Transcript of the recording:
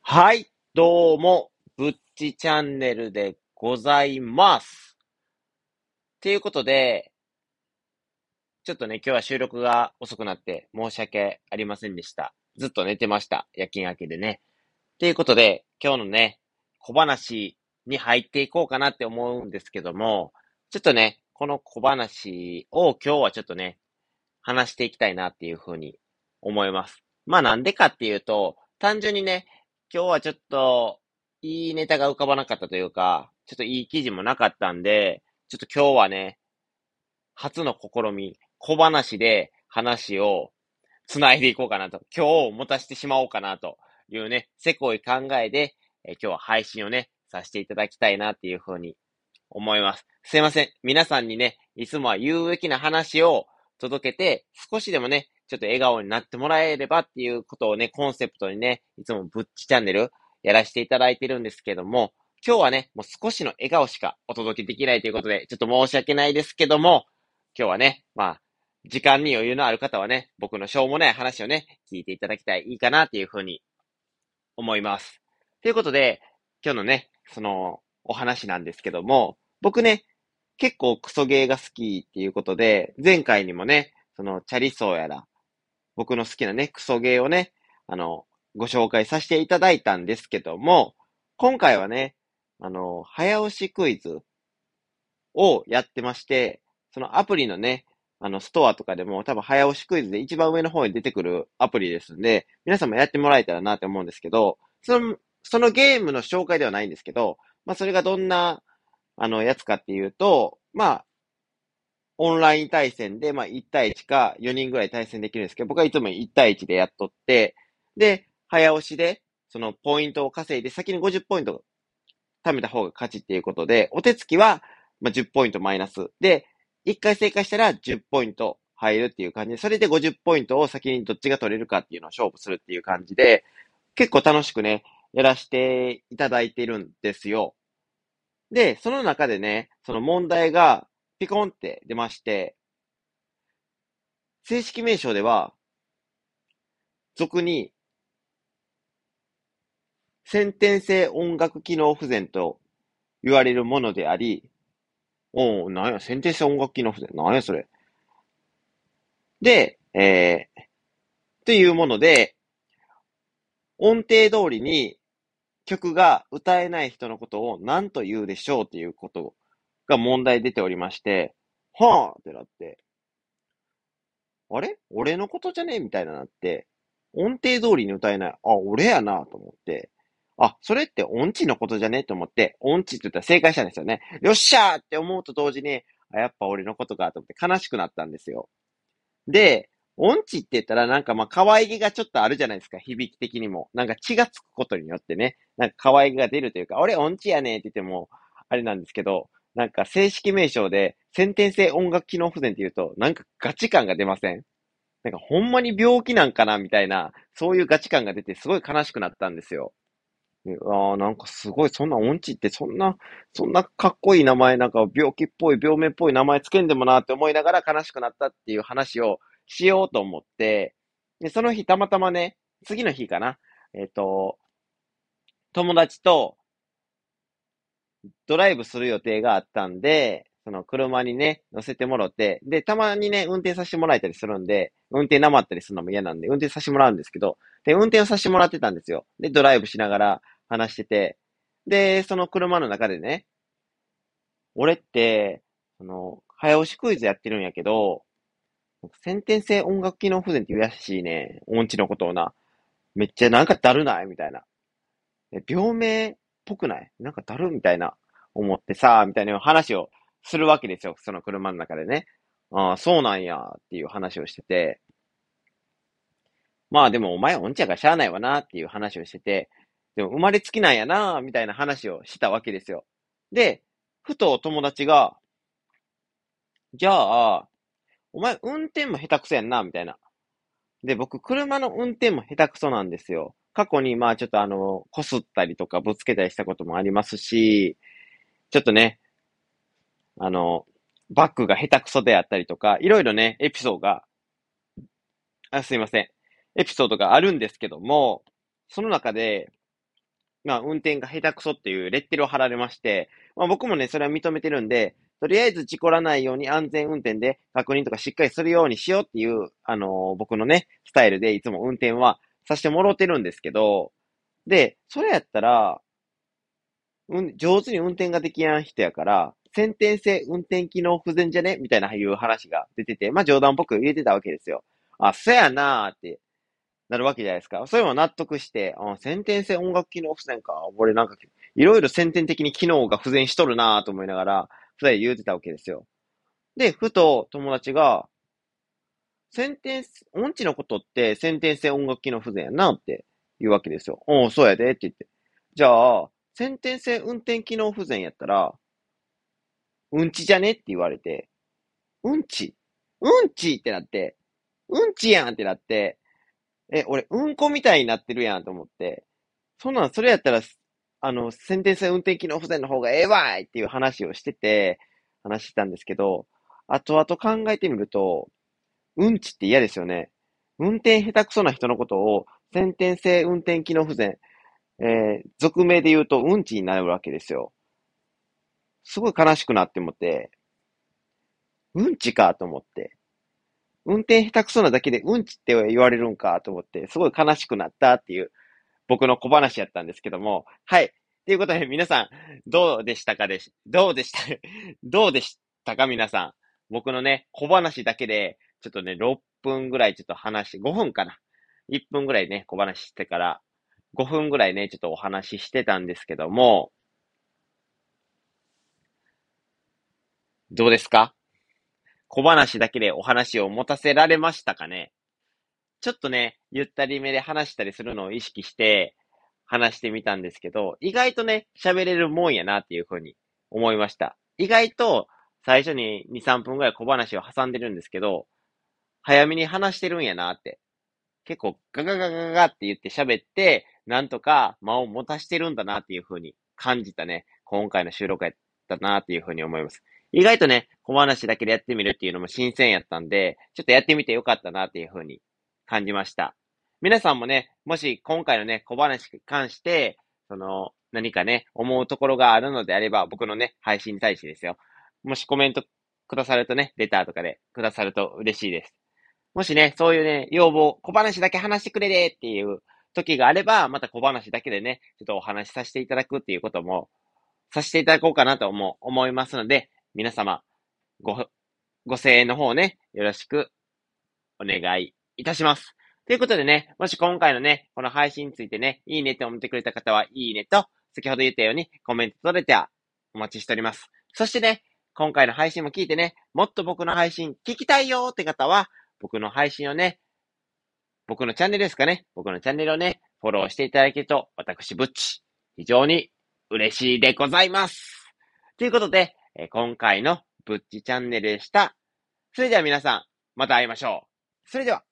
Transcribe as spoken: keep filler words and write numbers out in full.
はい、どうも、ぶっちチャンネルでございます。ということで、ちょっとね、今日は収録が遅くなって申し訳ありませんでした。ずっと寝てました。夜勤明けでね。ということで、今日のね、小話に入っていこうかなって思うんですけども、ちょっとね、この小話を今日はちょっとね、話していきたいなっていうふうに思います。まあなんでかっていうと、単純にね、今日はちょっといいネタが浮かばなかったというか、ちょっといい記事もなかったんで、ちょっと今日はね、初の試み、小話で話を繋いでいこうかなと、今日を持たせてしまおうかなというね、せこい考えで、え今日は配信をね、させていただきたいなっていうふうに思います。すいません。皆さんにね、いつもは有益な話を届けて、少しでもね、ちょっと笑顔になってもらえればっていうことをね、コンセプトにね、いつもぶっちチャンネルやらせていただいてるんですけども、今日はね、もう少しの笑顔しかお届けできないということで、ちょっと申し訳ないですけども、今日はね、まあ、時間に余裕のある方はね、僕のしょうもない話をね、聞いていただきたい、いいかなっていうふうに思います。ということで、今日のね、その、お話なんですけども、僕ね、結構クソゲーが好きっていうことで、前回にもね、その、チャリソーやら、僕の好きなね、クソゲーをね、あの、ご紹介させていただいたんですけども、今回はね、あの、早押しクイズをやってまして、そのアプリのね、あの、ストアとかでも多分早押しクイズで一番上の方に出てくるアプリですんで、皆さんもやってもらえたらなって思うんですけど、その、そのゲームの紹介ではないんですけど、まあ、それがどんな、あの、やつかっていうと、まあ、オンライン対戦で、まあ、いち対いちかよにんぐらい対戦できるんですけど、僕はいつもいち対いちでやっとって、で、早押しで、そのポイントを稼いで、先にごじゅうポイント貯めた方が勝ちっていうことで、お手つきは、まあ、じゅうポイントマイナス。で、いっかい正解したらじゅうポイント入るっていう感じで、それでごじゅうポイントを先にどっちが取れるかっていうのを勝負するっていう感じで、結構楽しくね、やらせていただいているんですよ。で、その中でね、その問題がピコンって出まして、正式名称では、俗に先天性音楽機能不全と言われるものであり、おー、なんや、先天性音楽機能不全。なんや、それ。で、えー、というもので、音程通りに曲が歌えない人のことを何と言うでしょうっていうことが問題出ておりまして、はぁってなって、あれ俺のことじゃねみたいななって、音程通りに歌えない。あ、俺やなと思って、あ、それって音痴のことじゃねと思って、音痴って言ったら正解したんですよね。よっしゃーって思うと同時に、あ、やっぱ俺のことかと思って悲しくなったんですよ。で、音痴って言ったらなんかまあ可愛げがちょっとあるじゃないですか、響き的にも。なんか血がつくことによってね、なんか可愛げが出るというか、俺音痴やねんって言っても、あれなんですけど、なんか正式名称で先天性音楽機能不全って言うと、なんかガチ感が出ません？なんかほんまに病気なんかなみたいな、そういうガチ感が出てすごい悲しくなったんですよ。でああ、なんかすごい、そんな音痴ってそんな、そんなかっこいい名前、なんか病気っぽい、病名っぽい名前つけんでもなって思いながら悲しくなったっていう話をしようと思って、で、その日たまたまね、次の日かな、えっと、友達とドライブする予定があったんで、その車にね、乗せてもらって、で、たまにね、運転させてもらえたりするんで、運転なまったりするのも嫌なんで、運転させてもらうんですけど、で、運転をさせてもらってたんですよ。で、ドライブしながら話してて、で、その車の中でね、俺って、その、早押しクイズやってるんやけど、先天性音楽機能不全って言うらしいね、音痴のことをな。めっちゃなんかだるないみたいな。え病名っぽくないなんかだるみたいな思ってさ、みたいな話をするわけですよ。その車の中でね。ああ、そうなんやっていう話をしてて。まあでもお前音痴やからしゃあないわなっていう話をしてて。でも生まれつきなんやなみたいな話をしたわけですよ。で、ふと友達が、じゃあ、お前運転も下手くそやんなみたいな。で、僕車の運転も下手くそなんですよ。過去にまあちょっとあの、擦ったりとかぶつけたりしたこともありますし、ちょっとね、あの、バックが下手くそであったりとか、いろいろね、エピソードが、あ、すいません。エピソードがあるんですけども、その中で、 まあ、運転が下手くそっていうレッテルを貼られまして、まあ僕もね、それは認めてるんで、とりあえず事故らないように安全運転で確認とかしっかりするようにしようっていう、あのー僕のね、スタイルでいつも運転はさせてもろてるんですけど、で、それやったら、うん、上手に運転ができやん人やから、先天性運転機能不全じゃねみたいないう話が出てて、まあ冗談っぽく入れてたわけですよ。あ、そやなーってなるわけじゃないですか。それも納得して、あ、先天性音楽機能不全か。俺なんか、いろいろ先天的に機能が不全しとるなーと思いながら、二人で言うてたわけですよ。で、ふと友達が、先天、音痴のことって先天性音楽機能不全やなって言うわけですよ。おう、そうやでって言って。じゃあ、先天性運転機能不全やったら、うんちじゃねって言われて、うんちうんちってなって、うんちやんってなって、え、俺、うんこみたいになってるやんと思って、そんなん、それやったら、あの、先天性運転機能不全の方がええわいっていう話をしてて、話してたんですけど、後々考えてみると、うんちって嫌ですよね。運転下手くそな人のことを、先天性運転機能不全、えー、俗名で言うと、うんちになるわけですよ。すごい悲しくなって思って、うんちかと思って。運転下手くそなだけでうんちって言われるんかと思って、すごい悲しくなったっていう僕の小話やったんですけども、はい。ということで皆さん、どうでしたかでし、どうでしたどうでしたか皆さん。僕のね、小話だけで、ちょっとね、ろっぷんぐらいちょっと話、ごふんかな。いっぷんぐらいね、小話してから、ごふんぐらいね、ちょっとお話ししてたんですけども、どうですか？小話だけでお話を持たせられましたかね？ちょっとね、ゆったりめで話したりするのを意識して話してみたんですけど、意外とね、喋れるもんやなっていうふうに思いました。意外と最初にに、さんぷんぐらい小話を挟んでるんですけど、早めに話してるんやなって。結構ガガガガガガって言って喋って、なんとか間を持たしてるんだなっていうふうに感じたね、今回の収録やったなっていうふうに思います。意外とね、小話だけでやってみるっていうのも新鮮やったんで、ちょっとやってみてよかったなっていうふうに感じました。皆さんもね、もし今回のね、小話に関して、その、何かね、思うところがあるのであれば、僕のね、配信に対してですよ。もしコメントくださるとね、レターとかでくださると嬉しいです。もしね、そういうね、要望、小話だけ話してくれでっていう時があれば、また小話だけでね、ちょっとお話しさせていただくっていうことも、させていただこうかなと思う、思いますので、皆様、ご、ご声援の方ね、よろしくお願いいたします。ということでね、もし今回のね、この配信についてね、いいねって思ってくれた方は、いいねと、先ほど言ったようにコメント取れてはお待ちしております。そしてね、今回の配信も聞いてね、もっと僕の配信聞きたいよって方は、僕の配信をね、僕のチャンネルですかね、僕のチャンネルをね、フォローしていただけると、私、ぶっち、非常に嬉しいでございます。ということで、えー今回のぶっちチャンネルでした。それでは皆さん、また会いましょう。それでは。